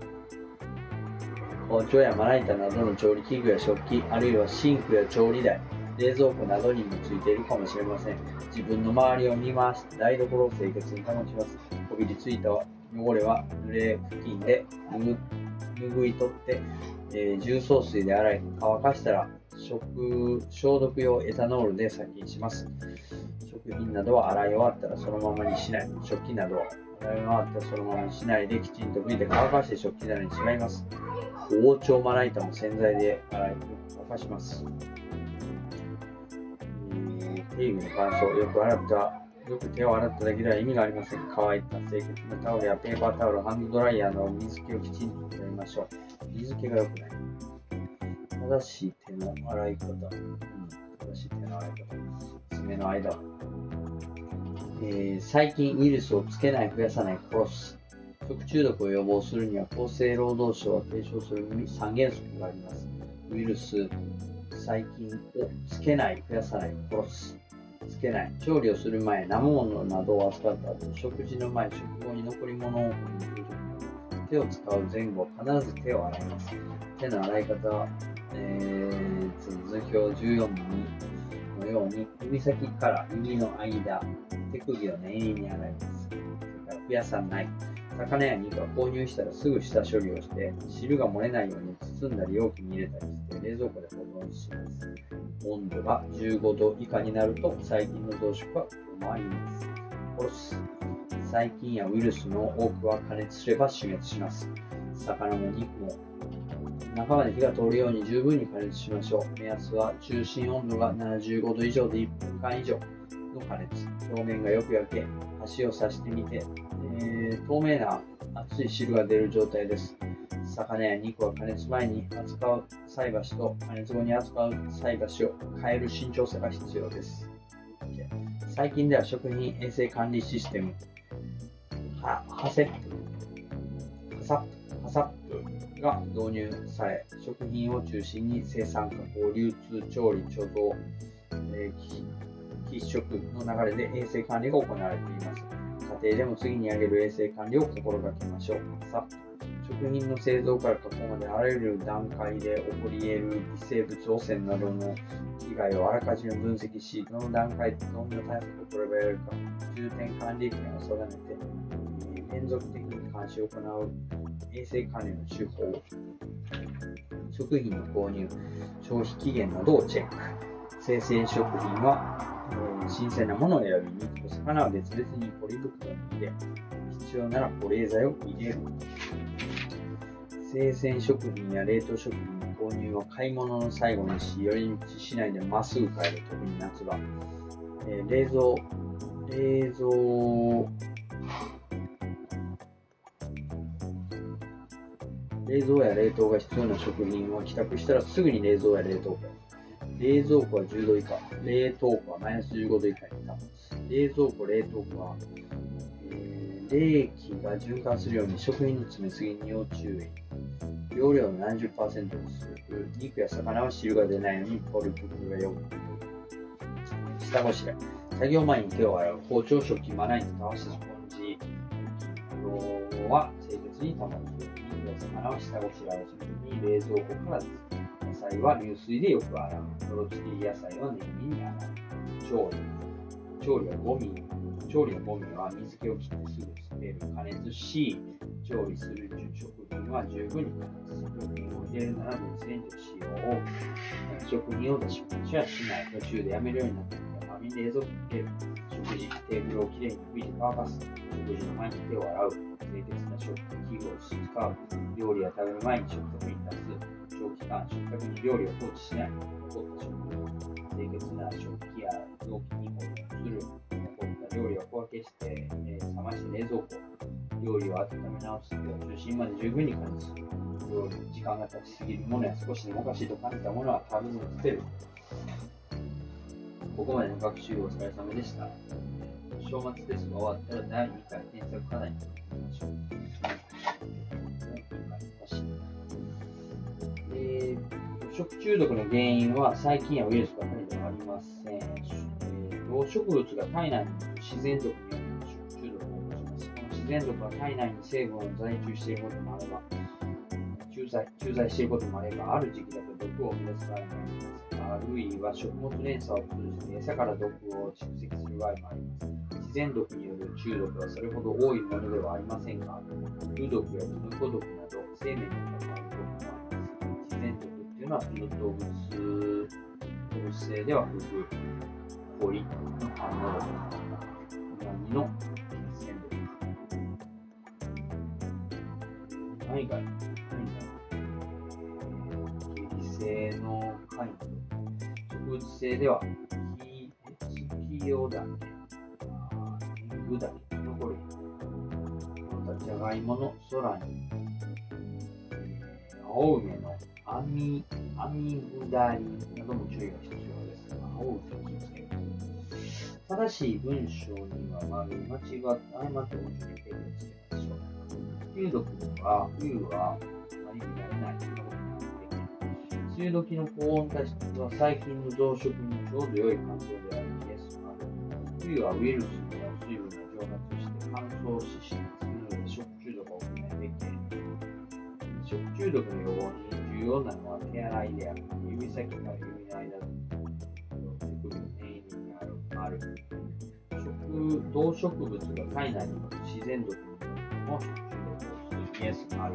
包丁やまな板などの調理器具や食器、あるいはシンクや調理台、冷蔵庫などにもついているかもしれません。自分の周りを見回して台所を清潔に保ちます。こびりついた汚れは濡れ布巾で拭い取って、重曹水で洗い乾かしたら消毒用エタノールで殺菌します。食品などは洗い終わったらそのままにしない。食器などは洗い終わったらそのままにしないできちんと拭いて乾かして食器棚にしまいます。包丁まな板も洗剤で洗い乾かします。手指の乾燥、よく手を洗っただけでは意味がありません。乾いた清潔なタオルやペーパータオル、ハンドドライヤーの水気をきちんと取りましょう。水気が良くない。正しい手の洗い方。爪の間。細菌、ウイルスをつけない、増やさない、殺す。食中毒を予防するには厚生労働省が提唱する3原則があります。ウイルス、細菌をつけない、増やさない、殺す。つけない。調理をする前、生物などを扱った後、食事の前、食後に残り物を手を使う前後、必ず手を洗います。手の洗い方は、図表14のように、指先から指の間、手首を念入りに洗います。それから増やさない。魚や肉は購入したらすぐ下処理をして、汁が漏れないように包んだり容器に入れたりして冷蔵庫で保存します。温度が15度以下になると細菌の増殖は止まります。殺す。細菌やウイルスの多くは加熱すれば死滅します。魚も肉も中まで火が通るように十分に加熱しましょう。目安は中心温度が75度以上で1分間以上の加熱。表面がよく焼け、箸を刺してみて、透明な熱い汁が出る状態です。魚や肉は加熱前に扱う菜箸と加熱後に扱う菜箸を変える慎重さが必要です。最近では食品衛生管理システムHACCPが導入され、食品を中心に生産、加工、流通、調理、貯蔵、喫食の流れで衛生管理が行われています。家庭でも次に挙げる衛生管理を心がけましょう。食品の製造から加工まであらゆる段階で起こり得る微生物、汚染などの被害をあらかじめ分析し、どの段階でどんな対策を取ればよいか、重点管理権を定めて、連続的に監視を行う衛生管理の手法、食品の購入、消費期限などをチェック。生鮮食品は、新鮮なものを選び、肉と魚は別々にポリ袋に入れ、必要なら保冷剤を入れる。生鮮食品や冷凍食品の購入は買い物の最後にし、寄り道しないでまっすぐ帰る、特に夏場。冷蔵や冷凍が必要な食品は帰宅したらすぐに冷蔵や冷凍庫へ。冷蔵庫は10度以下、冷凍庫はマイナス15度以下に保つ。冷蔵庫、冷凍庫は、冷気が循環するように食品の詰めすぎに要注意。容量の 70% にする。肉や魚は汁が出ないようにポリ袋がよく。下ごしらえ。作業前に手を洗う。包丁、食器、まな板、たわし、スポンジ。は清潔に保つ。肉や魚は下ごしらえをするときに冷蔵庫からです。野菜は流水でよく洗う。泥付き野菜は念入りに洗う。調理のゴミは水気を切ってすぐ捨てる。加熱し、調理する食品は十分に加熱。食品を入れるなら電子レンジを使用。食品を出しっぱなしはしない。途中でやめるようになったら冷蔵庫に入れる。食事、テーブルをきれいに拭いて乾かす。食事の前に手を洗う。清潔な食器具を使う。料理や食べる前に食卓に出す。長期間食卓に料理を放置しない。残った食器、清潔な食器や容器に保存する。残った料理を小分けして、冷まして冷蔵庫。料理を温め直す。中心まで十分に加熱する。料理時間が経ちすぎるものや少しでもおかしいと感じたものは食べずに捨てる。 ここまでの学習お疲れ様でした。正月テストが終わったら第2回添削課題に取りましょう。食中毒の原因は細菌やウイルスばかりではありません。動植物が体内に自然毒による食中毒を起こします。この自然毒は体内に成分を在中していることもあれば、駐在していることもあれば、ある時期だと毒を生み出す場合もあります。あるいは食物連鎖を通じて餌から毒を蓄積する場合もあります。自然毒による中毒はそれほど多いものではありませんが、有毒やキノコ毒など生命に関わる毒もあります。自然毒というのは動物性では不具、恋の反応毒何の自然毒。海外性の貝など、植物性ではキヨダケ、テングダケ、キノコ類、ジャガイモの空に、青梅のアミグダリなども注意が必要です。青梅の気をつける。正しい文章には丸、間違って誤って文章に定義をつけましょう。冬毒は、冬はあり見られない。梅雨時の高温多湿は細菌の増殖にちょうど良い環境であるケースがある。冬はウイルスの水分が蒸発して乾燥し死滅するので食中毒が起きないべき。食中毒の予防に重要なのは手洗いである。指先から指の間の手首の念入りにある。動植物が体内に持つ自然毒によっても食中毒をするケースがある。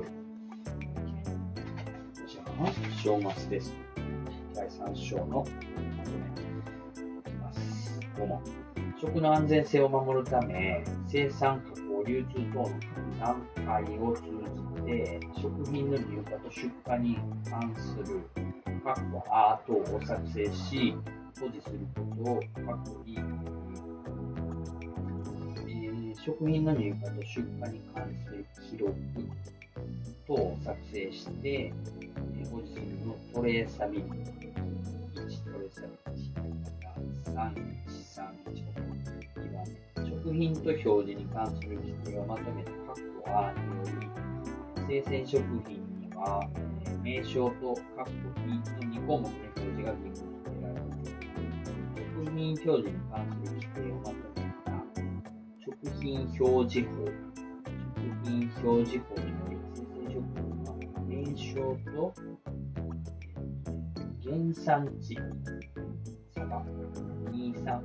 正月です。第3章のまとめいきます。5問。食の安全性を守るため、生産、加工、流通等の段階を通じて、食品の入荷と出荷に関するアートを作成し、保持することを食品の入荷と出荷に関する記録等を作成して、保持するのトレーサビリティ。1、トレーサビリティ。3、2番目。食品と表示に関する規定をまとめたAにより、生鮮食品には、名称とEの2項目の表示が義務付けられます。食品表示に関する規定をまとめた食品表示法。食品表示法により、生鮮食品は名称と原産地差が23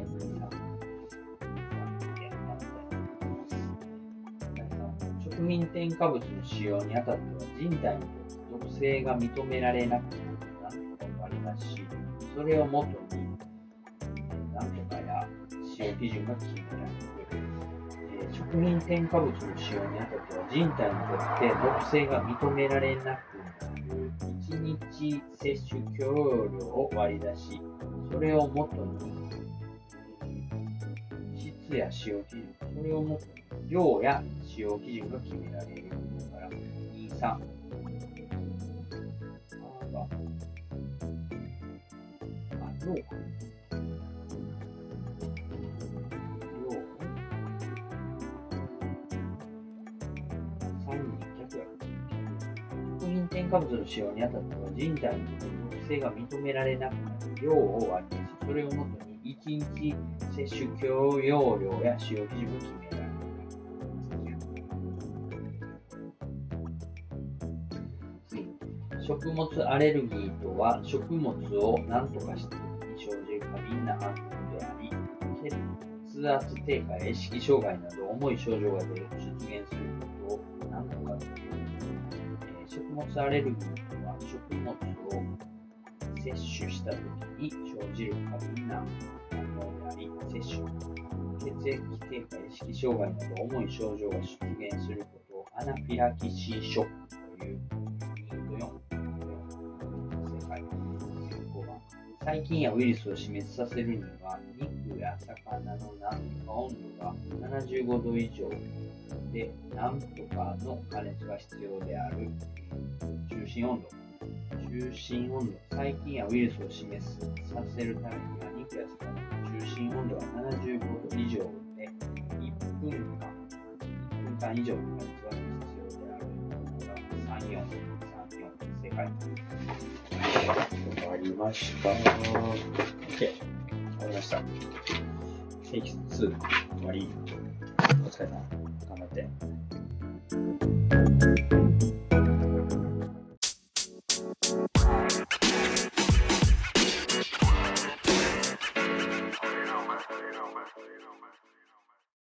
食品添加物の使用にあたっては人体に毒性が認められなくなることがありますし、それをもとに何とかや使用基準が決められる。食品添加物の使用にあたっては人体にとって毒性が認められなくなる1日摂取許容量を割り出し、それをもとに質や使用基準、それをもとに量や使用基準が決められるから23。量か。食品添加物の使用にあたっては人体に毒性が認められなくなる量を割り出し、それをもとに1日摂取許容量や使用基準を決められる。食物アレルギーとは、食物を何とかした時に生じる過敏な反応であり、血圧低下や意識障害など重い症状が出現することを何とかという。食物アレルギーとは、食物を摂取した時に生じる過敏な反応であり、摂取、血液低下や意識障害など重い症状が出現することをアナフィラキシーショックという。細菌やウイルスを死滅させるには、肉や魚のなんとか温度が75度以上で、なんとかの加熱が必要である。中心温度。 中心温度。細菌やウイルスを示すさせるためには、肉や魚の中心温度は75度以上で、1分間以上の加熱が必要であるのが34、正解。 終わりました。OK。終わりました。テキスト2終わり。お疲れ様。頑張って。